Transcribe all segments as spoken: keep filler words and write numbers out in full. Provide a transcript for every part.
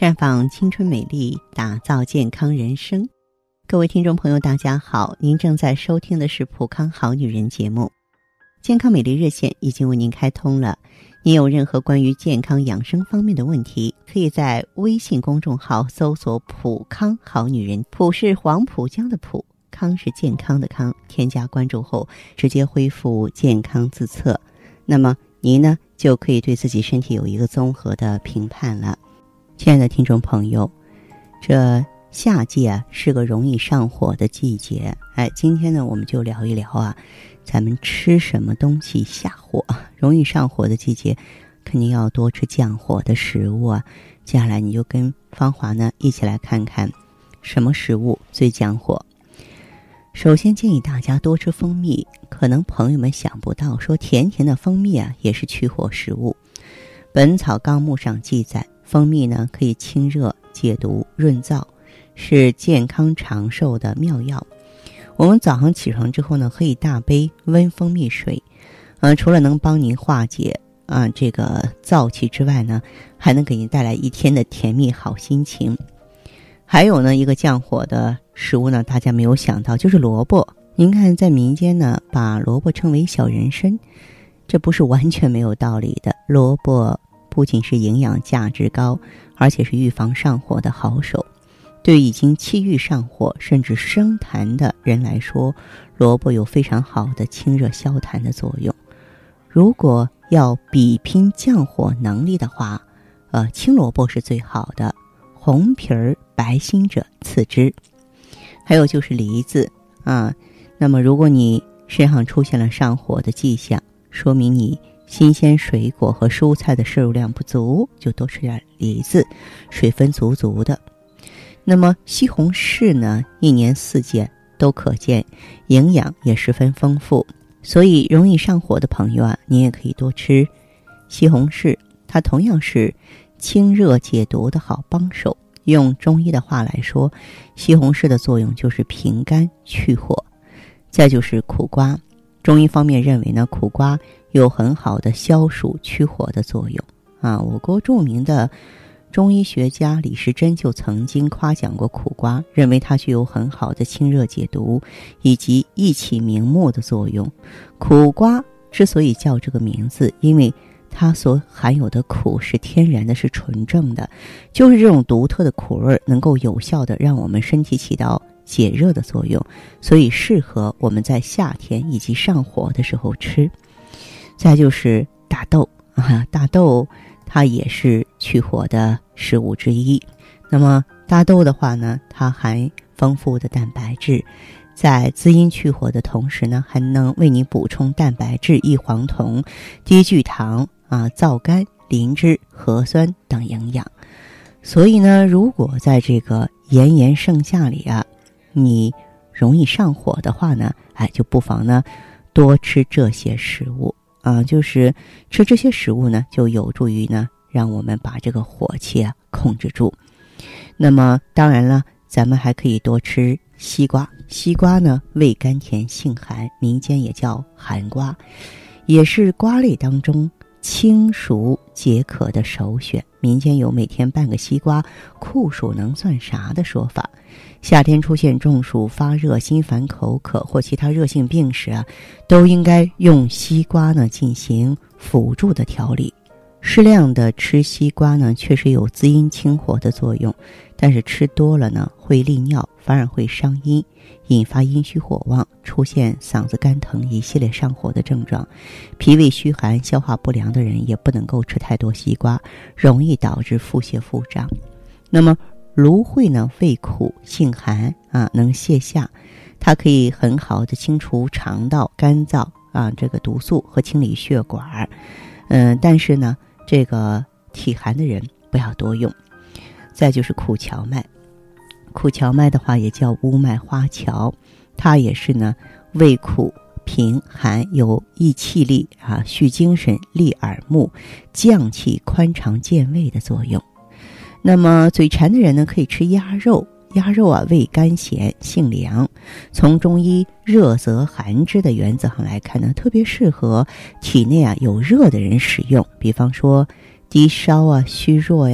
绽放青春美丽，打造健康人生。各位听众朋友大家好，您正在收听的是普康好女人节目。健康美丽热线已经为您开通了，您有任何关于健康养生方面的问题，可以在微信公众号搜索普康好女人，普是黄浦江的浦，康是健康的康，添加关注后直接恢复健康自测，那么您呢就可以对自己身体有一个综合的评判了。亲爱的听众朋友，这夏季啊是个容易上火的季节，哎，今天呢我们就聊一聊啊，咱们吃什么东西下火？容易上火的季节，肯定要多吃降火的食物啊。接下来你就跟芳华呢一起来看看什么食物最降火。首先建议大家多吃蜂蜜，可能朋友们想不到，说甜甜的蜂蜜啊也是去火食物。本草纲目上记载，蜂蜜呢可以清热解毒润燥，是健康长寿的妙药。我们早上起床之后呢，喝一大杯温蜂蜜水，呃，除了能帮您化解啊、呃、这个燥气之外呢，还能给您带来一天的甜蜜好心情。还有呢，一个降火的食物呢，大家没有想到，就是萝卜。您看，在民间呢，把萝卜称为小人参，这不是完全没有道理的。萝卜不仅是营养价值高，而且是预防上火的好手。对已经气郁上火甚至生痰的人来说，萝卜有非常好的清热消痰的作用。如果要比拼降火能力的话，呃，青萝卜是最好的，红皮儿白心者次之。还有就是梨子啊，那么如果你身上出现了上火的迹象，说明你新鲜水果和蔬菜的摄入量不足，就多吃点梨子，水分足足的。那么西红柿呢，一年四季都可见，营养也十分丰富，所以容易上火的朋友啊，你也可以多吃西红柿，它同样是清热解毒的好帮手。用中医的话来说，西红柿的作用就是平肝去火。再就是苦瓜，中医方面认为呢，苦瓜有很好的消暑去火的作用啊。我国著名的中医学家李时珍就曾经夸奖过苦瓜，认为它具有很好的清热解毒以及益气明目的作用。苦瓜之所以叫这个名字，因为它所含有的苦是天然的，是纯正的，就是这种独特的苦味能够有效的让我们身体起到解热的作用，所以适合我们在夏天以及上火的时候吃。再就是大豆啊，大豆它也是去火的食物之一。那么大豆的话呢，它含丰富的蛋白质，在滋阴去火的同时呢，还能为你补充蛋白质、异黄酮、低聚糖啊、皂苷、磷脂、核酸等营养。所以呢，如果在这个炎炎盛夏里啊，你容易上火的话呢，哎，就不妨呢多吃这些食物啊，就是吃这些食物呢，就有助于呢让我们把这个火气啊控制住。那么当然了，咱们还可以多吃西瓜。西瓜呢味甘甜性寒，民间也叫寒瓜，也是瓜类当中清暑解渴的首选。民间有每天半个西瓜酷暑能算啥的说法。夏天出现中暑、发热、心烦口渴或其他热性病时啊，都应该用西瓜呢进行辅助的调理。适量的吃西瓜呢，确实有滋阴清火的作用，但是吃多了呢，会利尿，反而会伤阴，引发阴虚火旺，出现嗓子干疼一系列上火的症状。脾胃虚寒、消化不良的人也不能够吃太多西瓜，容易导致腹泻腹胀。那么芦荟呢，味苦性寒啊，能泻下，它可以很好的清除肠道干燥啊这个毒素和清理血管。嗯，但是呢，这个体寒的人不要多用。再就是苦荞麦，苦荞麦的话也叫乌麦花荞，它也是呢味苦平寒，有益气力啊、蓄精神、利耳目、降气、宽肠健胃的作用。那么嘴馋的人呢，可以吃鸭肉。鸭肉啊，味甘咸，性凉。从中医热则寒之的原则上来看呢，特别适合体内啊有热的人使用。比方说低烧啊、虚弱呀、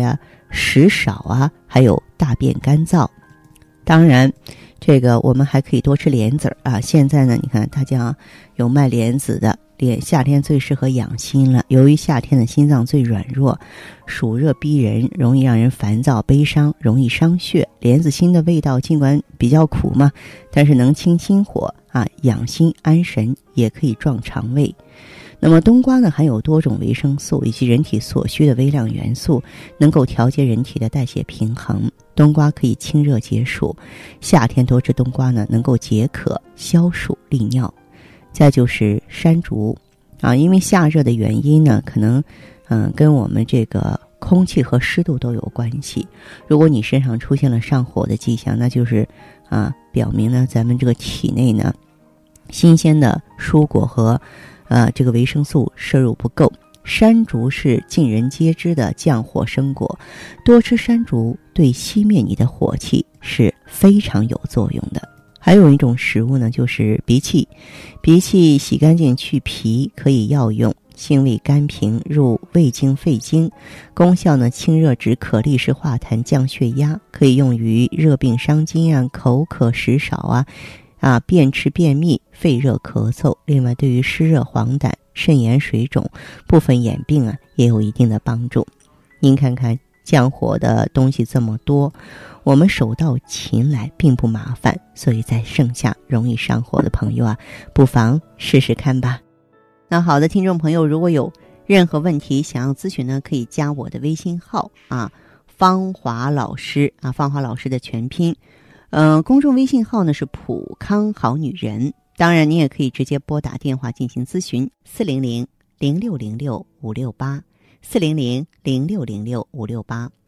食少啊，还有大便干燥。当然这个我们还可以多吃莲子啊，现在呢你看大家有卖莲子的，莲夏天最适合养心了。由于夏天的心脏最软弱，暑热逼人，容易让人烦躁悲伤，容易伤血。莲子心的味道尽管比较苦嘛，但是能清心火啊，养心安神，也可以壮肠胃。那么冬瓜呢，含有多种维生素以及人体所需的微量元素，能够调节人体的代谢平衡。冬瓜可以清热解暑，夏天多吃冬瓜呢，能够解渴消暑利尿。再就是山竹啊，因为夏热的原因呢，可能嗯跟我们这个空气和湿度都有关系。如果你身上出现了上火的迹象，那就是啊表明呢咱们这个体内呢新鲜的蔬果和呃这个维生素摄入不够。山竹是尽人皆知的降火生果，多吃山竹对熄灭你的火气是非常有作用的。还有一种食物呢，就是荸荠。荸荠洗干净去皮，可以药用，性味甘平，入胃经肺经，功效呢清热止渴利湿化痰降血压，可以用于热病伤津啊、口渴食少啊啊便赤便秘、肺热咳嗽。另外对于湿热黄疸、肾炎水肿、部分眼病啊也有一定的帮助。您看看降火的东西这么多，我们手到擒来并不麻烦，所以在盛夏容易上火的朋友啊，不妨试试看吧。那好的，听众朋友，如果有任何问题想要咨询呢，可以加我的微信号啊，芳华老师啊，芳华老师的全拼，嗯、呃，公众微信号呢是普康好女人。当然，你也可以直接拨打电话进行咨询，四零零零六零六五六八，四零零零六零六五六八。